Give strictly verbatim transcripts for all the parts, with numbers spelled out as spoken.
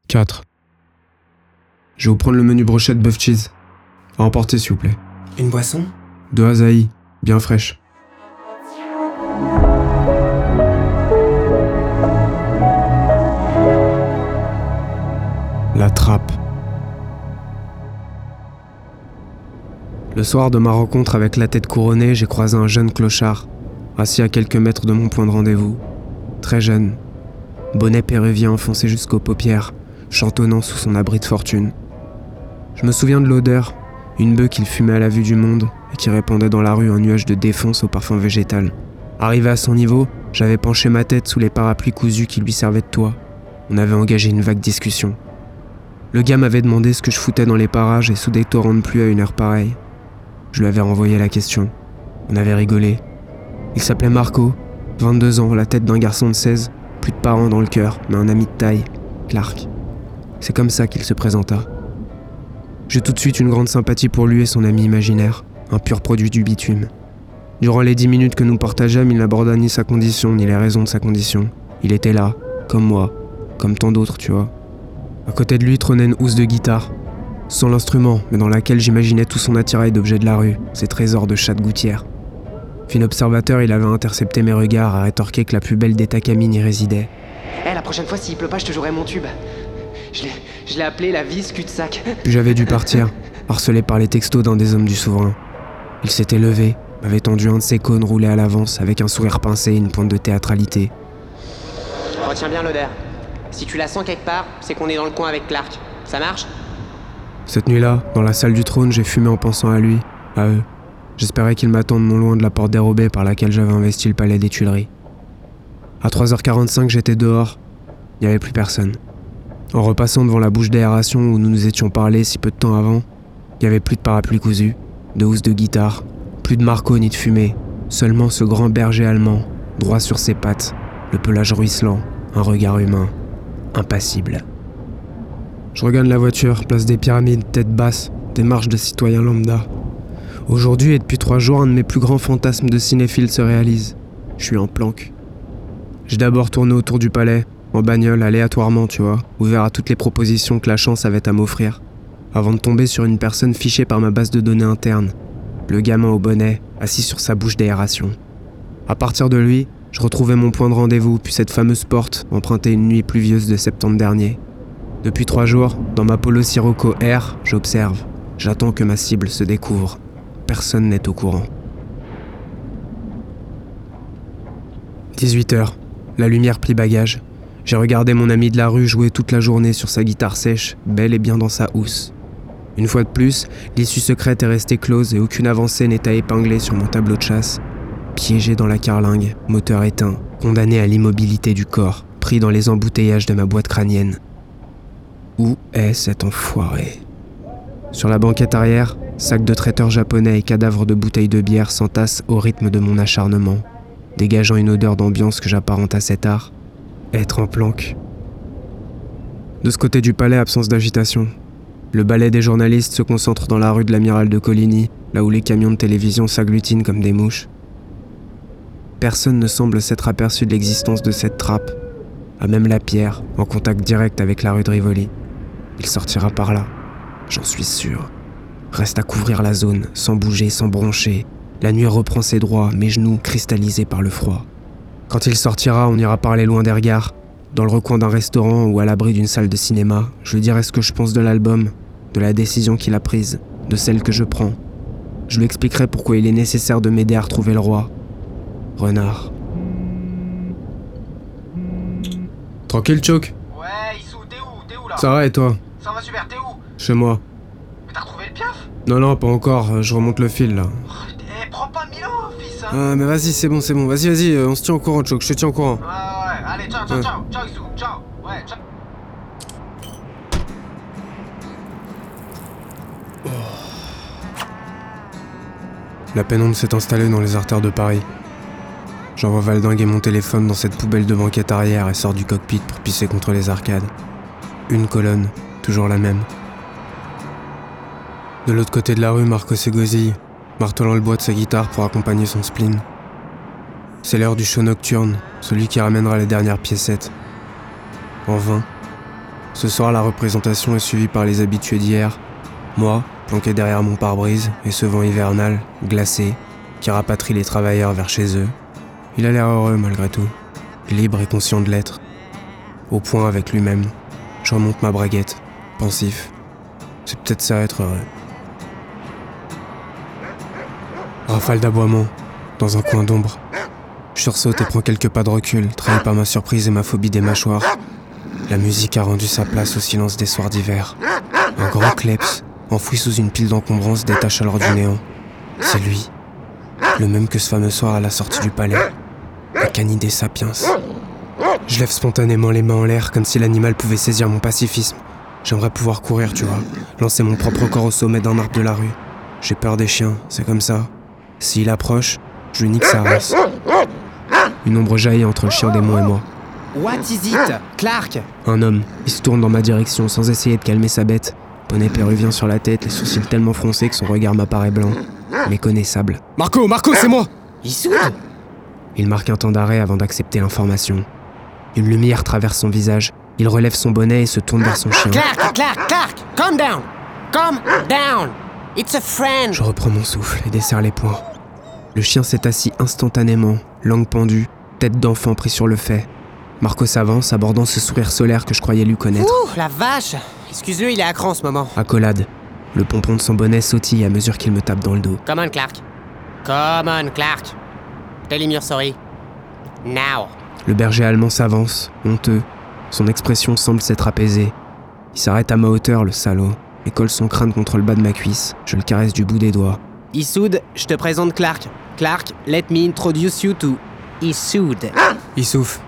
quatre. Je vais vous prendre le menu brochette bœuf cheese. À emporter s'il vous plaît. Une boisson ? Deux azaï, bien fraîche. La trappe. Le soir de ma rencontre avec la tête couronnée, j'ai croisé un jeune clochard, assis à quelques mètres de mon point de rendez-vous. Très jeune. Bonnet péruvien enfoncé jusqu'aux paupières, chantonnant sous son abri de fortune. Je me souviens de l'odeur, une beuh qu'il fumait à la vue du monde et qui répandait dans la rue un nuage de défonce au parfum végétal. Arrivé à son niveau, j'avais penché ma tête sous les parapluies cousus qui lui servaient de toit. On avait engagé une vague discussion. Le gars m'avait demandé ce que je foutais dans les parages et sous des torrents de pluie à une heure pareille. Je lui avais renvoyé la question. On avait rigolé. Il s'appelait Marco, vingt-deux ans, la tête d'un garçon de seize, plus de parents dans le cœur, mais un ami de taille, Clark. C'est comme ça qu'il se présenta. J'ai tout de suite une grande sympathie pour lui et son ami imaginaire, un pur produit du bitume. Durant les dix minutes que nous partageâmes, il n'aborda ni sa condition, ni les raisons de sa condition. Il était là, comme moi, comme tant d'autres, tu vois. À côté de lui trônait une housse de guitare, sans l'instrument, mais dans laquelle j'imaginais tout son attirail d'objets de la rue, ses trésors de chat de gouttière. Fin observateur, il avait intercepté mes regards, à rétorquer que la plus belle des takamines y résidait. Eh, hey, la prochaine fois, s'il pleut pas, je te jouerai mon tube. Je l'ai, je l'ai appelé la vis cul-de-sac. Puis j'avais dû partir, harcelé par les textos d'un des hommes du souverain. Il s'était levé, m'avait tendu un de ses cônes roulés à l'avance, avec un sourire pincé et une pointe de théâtralité. Retiens bien l'odeur. Si tu la sens quelque part, c'est qu'on est dans le coin avec Clark. Ça marche ? Cette nuit-là, dans la salle du trône, j'ai fumé en pensant à lui, à eux. J'espérais qu'ils m'attendent non loin de la porte dérobée par laquelle j'avais investi le palais des Tuileries. À trois heures quarante-cinq, j'étais dehors. Il n'y avait plus personne. En repassant devant la bouche d'aération où nous nous étions parlé si peu de temps avant, il n'y avait plus de parapluie cousu, de housse de guitare, plus de Marco ni de fumée, seulement ce grand berger allemand, droit sur ses pattes, le pelage ruisselant, un regard humain, impassible. Je regagne la voiture, place des Pyramides, tête basse, démarche de citoyen lambda. Aujourd'hui et depuis trois jours, un de mes plus grands fantasmes de cinéphile se réalise. Je suis en planque. J'ai d'abord tourné autour du palais, en bagnole, aléatoirement, tu vois, ouvert à toutes les propositions que la chance avait à m'offrir, avant de tomber sur une personne fichée par ma base de données interne, le gamin au bonnet, assis sur sa bouche d'aération. À partir de lui, je retrouvais mon point de rendez-vous, puis cette fameuse porte, empruntée une nuit pluvieuse de septembre dernier. Depuis trois jours, dans ma Polo Sirocco Air, j'observe. J'attends que ma cible se découvre. Personne n'est au courant. dix-huit heures. La lumière plie bagage. J'ai regardé mon ami de la rue jouer toute la journée sur sa guitare sèche, bel et bien dans sa housse. Une fois de plus, l'issue secrète est restée close et aucune avancée n'est à épingler sur mon tableau de chasse. Piégé dans la carlingue, moteur éteint, condamné à l'immobilité du corps, pris dans les embouteillages de ma boîte crânienne. Où est cet enfoiré ? Sur la banquette arrière, sacs de traiteur japonais et cadavres de bouteilles de bière s'entassent au rythme de mon acharnement, dégageant une odeur d'ambiance que j'apparente à cet art. Être en planque. De ce côté du palais, absence d'agitation. Le ballet des journalistes se concentre dans la rue de l'Amiral de Coligny, là où les camions de télévision s'agglutinent comme des mouches. Personne ne semble s'être aperçu de l'existence de cette trappe, à même la pierre, en contact direct avec la rue de Rivoli. Il sortira par là, j'en suis sûr. Reste à couvrir la zone, sans bouger, sans broncher. La nuit reprend ses droits, mes genoux cristallisés par le froid. Quand il sortira, on ira parler loin des regards. Dans le recoin d'un restaurant ou à l'abri d'une salle de cinéma, je lui dirai ce que je pense de l'album, de la décision qu'il a prise, de celle que je prends. Je lui expliquerai pourquoi il est nécessaire de m'aider à retrouver le roi. Renard. Tranquille, Choc. Ouais, Issou, t'es où T'es où là? Ça va et toi? Ça va super, t'es où? Chez moi. Mais t'as retrouvé le piaf? Non, non, pas encore, je remonte le fil là. Eh, prends pas mille ans, fils, hein. Ah, mais vas-y, c'est bon, c'est bon. Vas-y, vas-y, on se tient au courant, Choc, je te tiens au courant. Ouais, ouais, ouais, allez, ciao, ciao, Ouais. ciao, ciao, Issou, ciao, ouais, ciao. La pénombre s'est installée dans les artères de Paris. J'envoie valdinguer mon téléphone dans cette poubelle de banquette arrière et sors du cockpit pour pisser contre les arcades. Une colonne, toujours la même. De l'autre côté de la rue, Marco s'égosille, martelant le bois de sa guitare pour accompagner son spleen. C'est l'heure du show nocturne, celui qui ramènera les dernières piécettes. En vain. Ce soir, la représentation est suivie par les habitués d'hier. Moi, planqué derrière mon pare-brise, et ce vent hivernal, glacé, qui rapatrie les travailleurs vers chez eux. Il a l'air heureux malgré tout, libre et conscient de l'être. Au point avec lui-même, je remonte ma braguette, pensif. C'est peut-être ça être heureux. Rafale d'aboiement, dans un coin d'ombre. Je sursaute et prends quelques pas de recul, trahi par ma surprise et ma phobie des mâchoires. La musique a rendu sa place au silence des soirs d'hiver. Un grand kleps, enfoui sous une pile d'encombrance, détache alors du néant. C'est lui, le même que ce fameux soir à la sortie du palais. Le canidé sapiens. Je lève spontanément les mains en l'air, comme si l'animal pouvait saisir mon pacifisme. J'aimerais pouvoir courir, tu vois, lancer mon propre corps au sommet d'un arbre de la rue. J'ai peur des chiens, c'est comme ça. S'il approche, je lui nique sa race. Une ombre jaillit entre le chien démon et moi. What is it, Clark? Un homme, il se tourne dans ma direction sans essayer de calmer sa bête. Bonnet péruvien sur la tête, les sourcils tellement froncés que son regard m'apparaît blanc. Méconnaissable. Marco, Marco, c'est moi! Issoud? Il marque un temps d'arrêt avant d'accepter l'information. Une lumière traverse son visage. Il relève son bonnet et se tourne vers son chien. Clark, Clark, Clark! Calm down! Calm down! It's a friend! Je reprends mon souffle et desserre les poings. Le chien s'est assis instantanément, langue pendue, tête d'enfant pris sur le fait. Marco s'avance, abordant ce sourire solaire que je croyais lui connaître. Ouh, la vache! Excuse-le, il est à cran en ce moment. Accolade. Le pompon de son bonnet sautille à mesure qu'il me tape dans le dos. Come on, Clark. Come on, Clark. Tell him you're sorry. Now. Le berger allemand s'avance, honteux. Son expression semble s'être apaisée. Il s'arrête à ma hauteur, le salaud, et colle son crâne contre le bas de ma cuisse. Je le caresse du bout des doigts. Issoud, je te présente Clark. Clark, let me introduce you to Issoud. Issouf.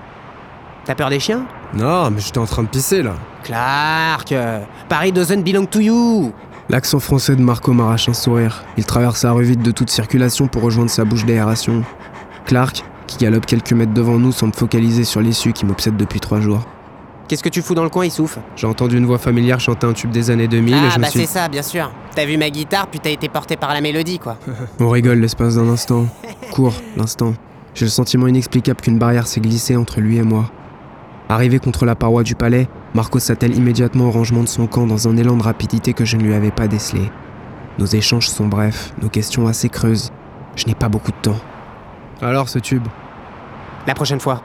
T'as peur des chiens? Non, mais j'étais en train de pisser, là. Clark, euh, Paris doesn't belong to you. L'accent français de Marco m'arrache un sourire. Il traverse la rue vide de toute circulation pour rejoindre sa bouche d'aération. Clark, qui galope quelques mètres devant nous, semble focaliser sur l'issue qui m'obsède depuis trois jours. Qu'est-ce que tu fous dans le coin, Issouf? J'ai entendu une voix familière chanter un tube des années deux mille ah, et je bah me suis... c'est ça, bien sûr. T'as vu ma guitare, puis t'as été porté par la mélodie, quoi. On rigole l'espace d'un instant. Court, l'instant. J'ai le sentiment inexplicable qu'une barrière s'est glissée entre lui et moi. Arrivé contre la paroi du palais, Marco s'attelle immédiatement au rangement de son camp dans un élan de rapidité que je ne lui avais pas décelé. Nos échanges sont brefs, nos questions assez creuses. Je n'ai pas beaucoup de temps. Alors ce tube? La prochaine fois.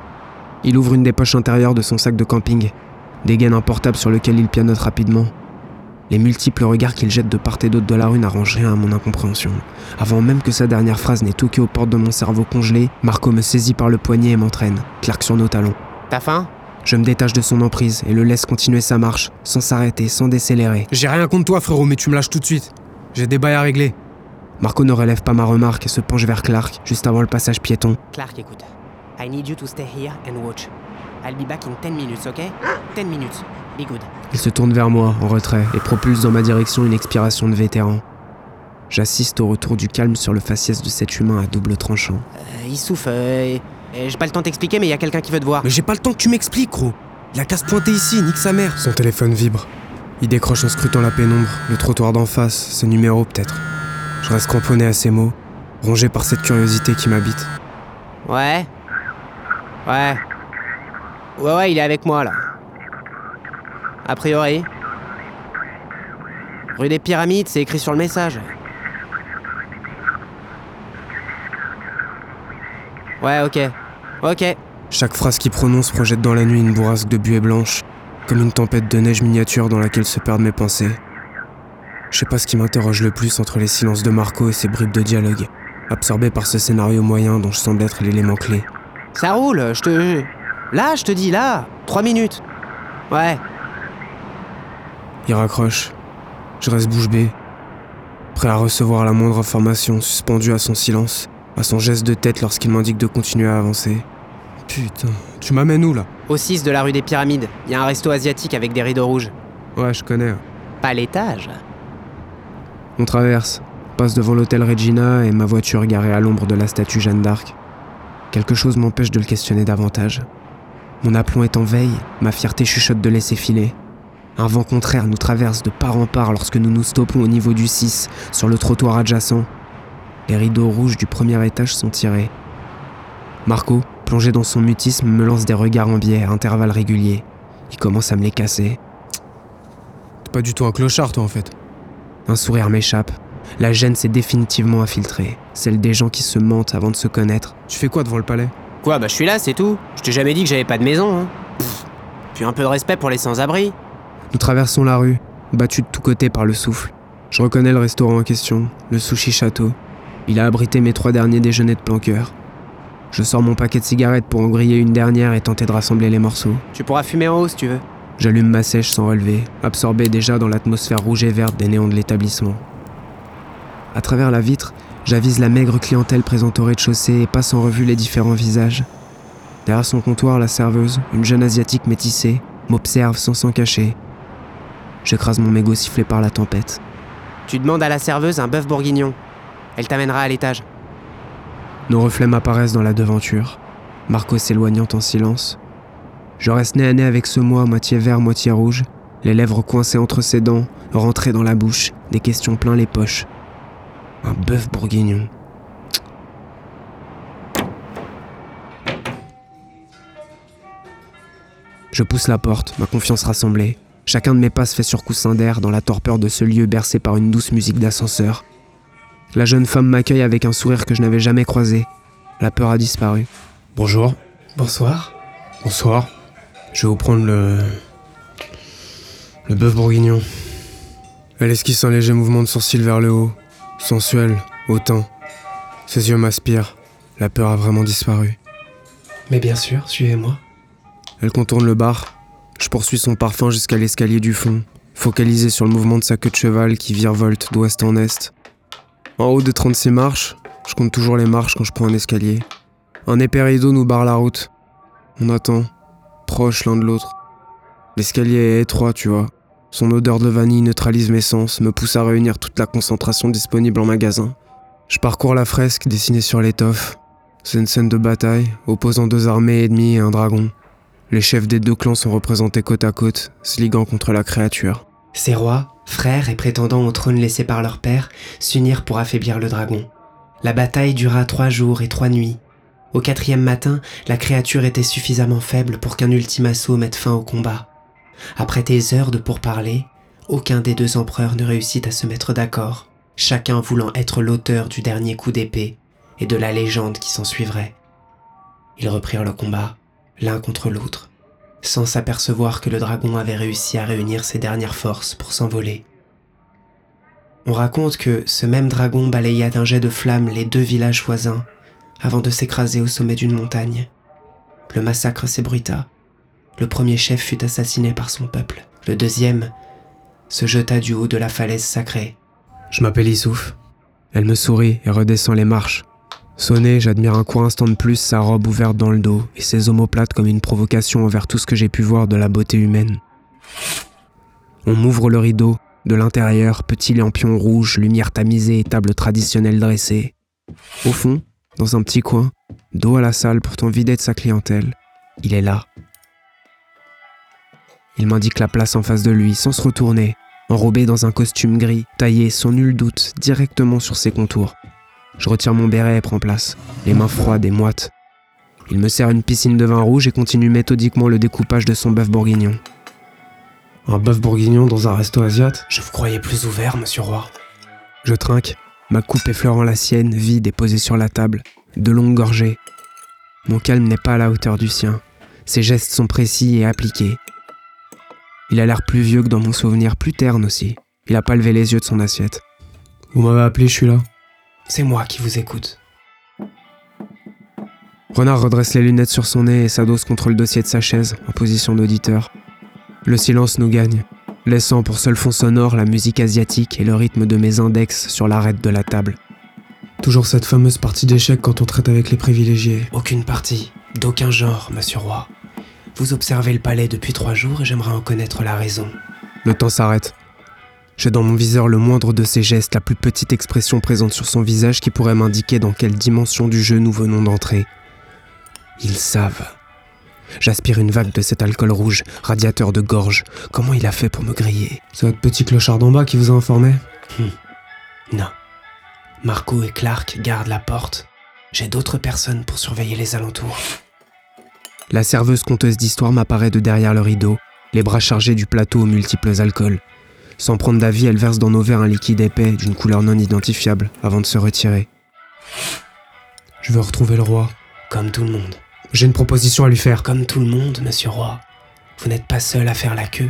Il ouvre une des poches intérieures de son sac de camping, dégaine un portable sur lequel il pianote rapidement. Les multiples regards qu'il jette de part et d'autre de la rue n'arrangent rien à mon incompréhension. Avant même que sa dernière phrase n'ait toqué aux portes de mon cerveau congelé, Marco me saisit par le poignet et m'entraîne, Clark sur nos talons. T'as faim? Je me détache de son emprise et le laisse continuer sa marche, sans s'arrêter, sans décélérer. J'ai rien contre toi, frérot, mais tu me lâches tout de suite. J'ai des bails à régler. Marco ne relève pas ma remarque et se penche vers Clark, juste avant le passage piéton. Clark, écoute. I need you to stay here and watch. I'll be back in ten minutes, ok? ten minutes. Be good. Il se tourne vers moi, en retrait, et propulse dans ma direction une expiration de vétéran. J'assiste au retour du calme sur le faciès de cet humain à double tranchant. Euh, Issouf, euh, euh, j'ai pas le temps de t'expliquer, mais y a quelqu'un qui veut te voir. Mais j'ai pas le temps que tu m'expliques, gros. Il a qu'à se pointer ici, nique sa mère. Son téléphone vibre. Il décroche en scrutant la pénombre, le trottoir d'en face, ses numéros peut-être. Je reste cramponné à ces mots, rongé par cette curiosité qui m'habite. Ouais. Ouais. Ouais, ouais, il est avec moi, là. A priori. Rue des Pyramides, c'est écrit sur le message. Ouais, ok. Ok. Chaque phrase qu'il prononce projette dans la nuit une bourrasque de buée blanche, comme une tempête de neige miniature dans laquelle se perdent mes pensées. Je sais pas ce qui m'interroge le plus entre les silences de Marco et ses bribes de dialogue, absorbé par ce scénario moyen dont je semble être l'élément clé. Ça roule, je te... Là, je te dis, là. Trois minutes. Ouais. Il raccroche. Je reste bouche bée, prêt à recevoir la moindre information, suspendu à son silence, à son geste de tête lorsqu'il m'indique de continuer à avancer. Putain, tu m'amènes où, là? Au six de la rue des Pyramides, il y a un resto asiatique avec des rideaux rouges. Ouais, je connais. Pas l'étage. On traverse, passe devant l'hôtel Regina et ma voiture garée à l'ombre de la statue Jeanne d'Arc. Quelque chose m'empêche de le questionner davantage. Mon aplomb est en veille, ma fierté chuchote de laisser filer. Un vent contraire nous traverse de part en part lorsque nous nous stoppons au niveau du six, sur le trottoir adjacent. Les rideaux rouges du premier étage sont tirés. Marco, plongé dans son mutisme, me lance des regards en biais à intervalles réguliers. il commence à me les casser. T'es pas du tout un clochard, toi, en fait. Un sourire m'échappe. La gêne s'est définitivement infiltrée. Celle des gens qui se mentent avant de se connaître. Tu fais quoi devant le palais ? Quoi, bah je suis là, c'est tout. Je t'ai jamais dit que j'avais pas de maison, hein. Pff. Puis un peu de respect pour les sans-abri. Nous traversons la rue, battus de tous côtés par le souffle. Je reconnais le restaurant en question, le Sushi Château. Il a abrité mes trois derniers déjeuners de planqueur. Je sors mon paquet de cigarettes pour en griller une dernière et tenter de rassembler les morceaux. Tu pourras fumer en haut si tu veux. J'allume ma sèche sans relever, absorbé déjà dans l'atmosphère rouge et verte des néons de l'établissement. À travers la vitre, j'avise la maigre clientèle présente au rez-de-chaussée et passe en revue les différents visages. Derrière son comptoir, la serveuse, une jeune asiatique métissée, m'observe sans s'en cacher. J'écrase mon mégot sifflé par la tempête. Tu demandes à la serveuse un bœuf bourguignon. Elle t'amènera à l'étage. Nos reflets m'apparaissent dans la devanture, Marco s'éloignant en silence. Je reste nez à nez avec ce moi, moitié vert, moitié rouge, les lèvres coincées entre ses dents, rentrées dans la bouche, des questions plein les poches. Un bœuf bourguignon. Je pousse la porte, ma confiance rassemblée. Chacun de mes pas se fait sur coussin d'air dans la torpeur de ce lieu bercé par une douce musique d'ascenseur. La jeune femme m'accueille avec un sourire que je n'avais jamais croisé. La peur a disparu. Bonjour. Bonsoir. Bonsoir. Je vais vous prendre le... le bœuf bourguignon. Elle esquisse un léger mouvement de sourcil vers le haut. Sensuel, hautain. Ses yeux m'aspirent. La peur a vraiment disparu. Mais bien sûr, suivez-moi. Elle contourne le bar. Je poursuis son parfum jusqu'à l'escalier du fond, focalisé sur le mouvement de sa queue de cheval qui virevolte d'ouest en est. En haut des trente-six marches, je compte toujours les marches quand je prends un escalier. Un épais rideau nous barre la route. On attend, proches l'un de l'autre. L'escalier est étroit, tu vois. Son odeur de vanille neutralise mes sens, me pousse à réunir toute la concentration disponible en magasin. Je parcours la fresque dessinée sur l'étoffe. C'est une scène de bataille, opposant deux armées ennemies et un dragon. Les chefs des deux clans sont représentés côte à côte, se liguant contre la créature. Ces rois, frères et prétendants au trône laissé par leur père, s'unirent pour affaiblir le dragon. La bataille dura trois jours et trois nuits. Au quatrième matin, la créature était suffisamment faible pour qu'un ultime assaut mette fin au combat. Après des heures de pourparlers, aucun des deux empereurs ne réussit à se mettre d'accord, chacun voulant être l'auteur du dernier coup d'épée et de la légende qui s'ensuivrait. Ils reprirent le combat, l'un contre l'autre, sans s'apercevoir que le dragon avait réussi à réunir ses dernières forces pour s'envoler. On raconte que ce même dragon balaya d'un jet de flamme les deux villages voisins avant de s'écraser au sommet d'une montagne. Le massacre s'ébruita. Le premier chef fut assassiné par son peuple. Le deuxième se jeta du haut de la falaise sacrée. Je m'appelle Issouf. Elle me sourit et redescend les marches. Sonnée, j'admire un court instant de plus sa robe ouverte dans le dos et ses omoplates comme une provocation envers tout ce que j'ai pu voir de la beauté humaine. On m'ouvre le rideau. De l'intérieur, petit lampion rouge, lumière tamisée et table traditionnelle dressée. Au fond, dans un petit coin, dos à la salle pourtant vidée de sa clientèle, il est là. Il m'indique la place en face de lui, sans se retourner, enrobé dans un costume gris, taillé sans nul doute directement sur ses contours. Je retire mon béret et prends place, les mains froides et moites. Il me sert une piscine de vin rouge et continue méthodiquement le découpage de son bœuf bourguignon. Un bœuf bourguignon dans un resto asiate ? Je vous croyais plus ouvert, monsieur Roi. Je trinque, ma coupe effleurant la sienne, vide et posée sur la table, de longues gorgées. Mon calme n'est pas à la hauteur du sien. Ses gestes sont précis et appliqués. Il a l'air plus vieux que dans mon souvenir, plus terne aussi. Il a pas levé les yeux de son assiette. Vous m'avez appelé, je suis là. C'est moi qui vous écoute. Renard redresse les lunettes sur son nez et s'adosse contre le dossier de sa chaise, en position d'auditeur. Le silence nous gagne, laissant pour seul fond sonore la musique asiatique et le rythme de mes index sur l'arête de la table. Toujours cette fameuse partie d'échecs quand on traite avec les privilégiés. Aucune partie, d'aucun genre, monsieur Roi. Vous observez le palais depuis trois jours et j'aimerais en connaître la raison. Le temps s'arrête. J'ai dans mon viseur le moindre de ses gestes, la plus petite expression présente sur son visage qui pourrait m'indiquer dans quelle dimension du jeu nous venons d'entrer. Ils savent. J'aspire une vague de cet alcool rouge, radiateur de gorge. Comment il a fait pour me griller ? C'est votre petit clochard d'en bas qui vous a informé ? hum. Non. Marco et Clark gardent la porte. J'ai d'autres personnes pour surveiller les alentours. La serveuse conteuse d'histoire m'apparaît de derrière le rideau, les bras chargés du plateau aux multiples alcools. Sans prendre d'avis, elle verse dans nos verres un liquide épais d'une couleur non identifiable avant de se retirer. Je veux retrouver le roi. Comme tout le monde. J'ai une proposition à lui faire. Comme tout le monde, monsieur Roy. Vous n'êtes pas seul à faire la queue.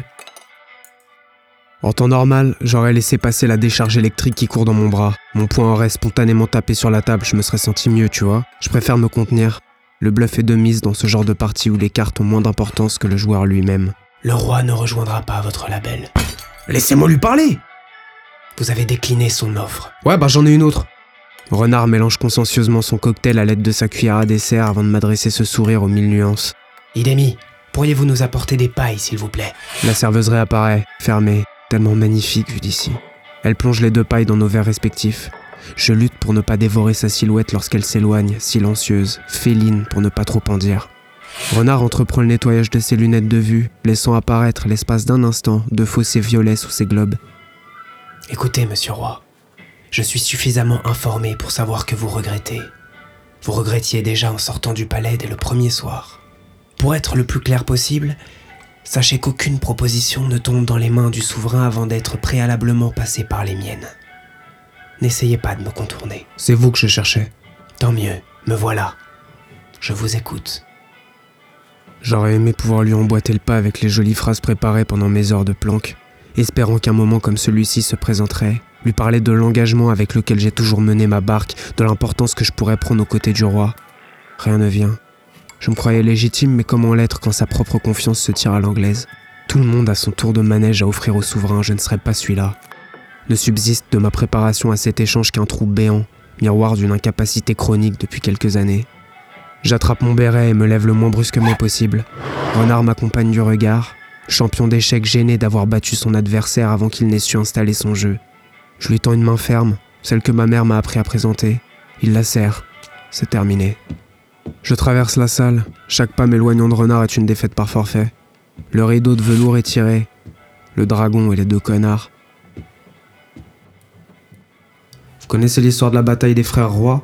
En temps normal, j'aurais laissé passer la décharge électrique qui court dans mon bras. Mon poing aurait spontanément tapé sur la table, je me serais senti mieux, tu vois. Je préfère me contenir. Le bluff est de mise dans ce genre de partie où les cartes ont moins d'importance que le joueur lui-même. Le roi ne rejoindra pas votre label. Laissez-moi lui parler! Vous avez décliné son offre. Ouais, bah j'en ai une autre. Renard mélange consciencieusement son cocktail à l'aide de sa cuillère à dessert avant de m'adresser ce sourire aux mille nuances. Hidemi, pourriez-vous nous apporter des pailles, s'il vous plaît? La serveuse réapparaît, fermée, tellement magnifique vu d'ici. Elle plonge les deux pailles dans nos verres respectifs. Je lutte pour ne pas dévorer sa silhouette lorsqu'elle s'éloigne, silencieuse, féline pour ne pas trop en dire. Renard entreprend le nettoyage de ses lunettes de vue, laissant apparaître l'espace d'un instant de fossés violets sous ses globes. Écoutez, monsieur Roy, je suis suffisamment informé pour savoir que vous regrettez. Vous regrettiez déjà en sortant du palais dès le premier soir. Pour être le plus clair possible, sachez qu'aucune proposition ne tombe dans les mains du souverain avant d'être préalablement passée par les miennes. N'essayez pas de me contourner. C'est vous que je cherchais. Tant mieux, me voilà. Je vous écoute. J'aurais aimé pouvoir lui emboîter le pas avec les jolies phrases préparées pendant mes heures de planque, espérant qu'un moment comme celui-ci se présenterait, lui parler de l'engagement avec lequel j'ai toujours mené ma barque, de l'importance que je pourrais prendre aux côtés du roi. Rien ne vient. Je me croyais légitime, mais comment l'être quand sa propre confiance se tire à l'anglaise? Tout le monde a son tour de manège à offrir au souverain, je ne serai pas celui-là. Ne subsiste de ma préparation à cet échange qu'un trou béant, miroir d'une incapacité chronique depuis quelques années. J'attrape mon béret et me lève le moins brusquement possible. Renard m'accompagne du regard, champion d'échecs gêné d'avoir battu son adversaire avant qu'il n'ait su installer son jeu. Je lui tends une main ferme, celle que ma mère m'a appris à présenter. Il la serre. C'est terminé. Je traverse la salle. Chaque pas m'éloignant de Renard est une défaite par forfait. Le rideau de velours est tiré. Le dragon et les deux connards. Vous connaissez l'histoire de la bataille des frères rois?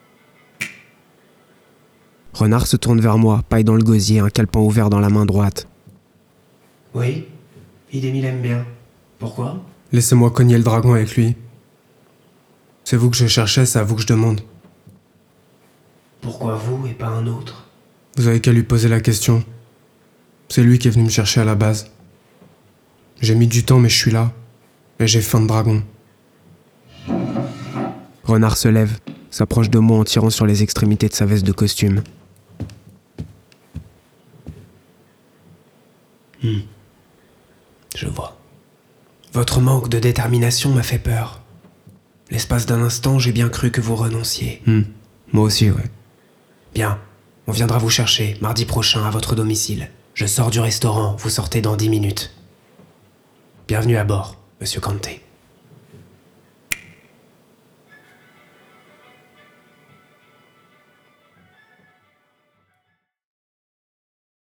Renard se tourne vers moi, paille dans le gosier, un calepin ouvert dans la main droite. Oui, Hidemi l'aime bien. Pourquoi? Laissez-moi cogner le dragon avec lui. C'est vous que je cherchais, c'est à vous que je demande. Pourquoi vous et pas un autre? Vous avez qu'à lui poser la question. C'est lui qui est venu me chercher à la base. J'ai mis du temps, mais je suis là. Et j'ai faim de dragon. Renard se lève, s'approche de moi en tirant sur les extrémités de sa veste de costume. Hmm. Je vois. Votre manque de détermination m'a fait peur. L'espace d'un instant, j'ai bien cru que vous renonciez. Hmm. Moi aussi, ouais. Bien, on viendra vous chercher mardi prochain à votre domicile. Je sors du restaurant, vous sortez dans dix minutes. Bienvenue à bord, monsieur Kanté.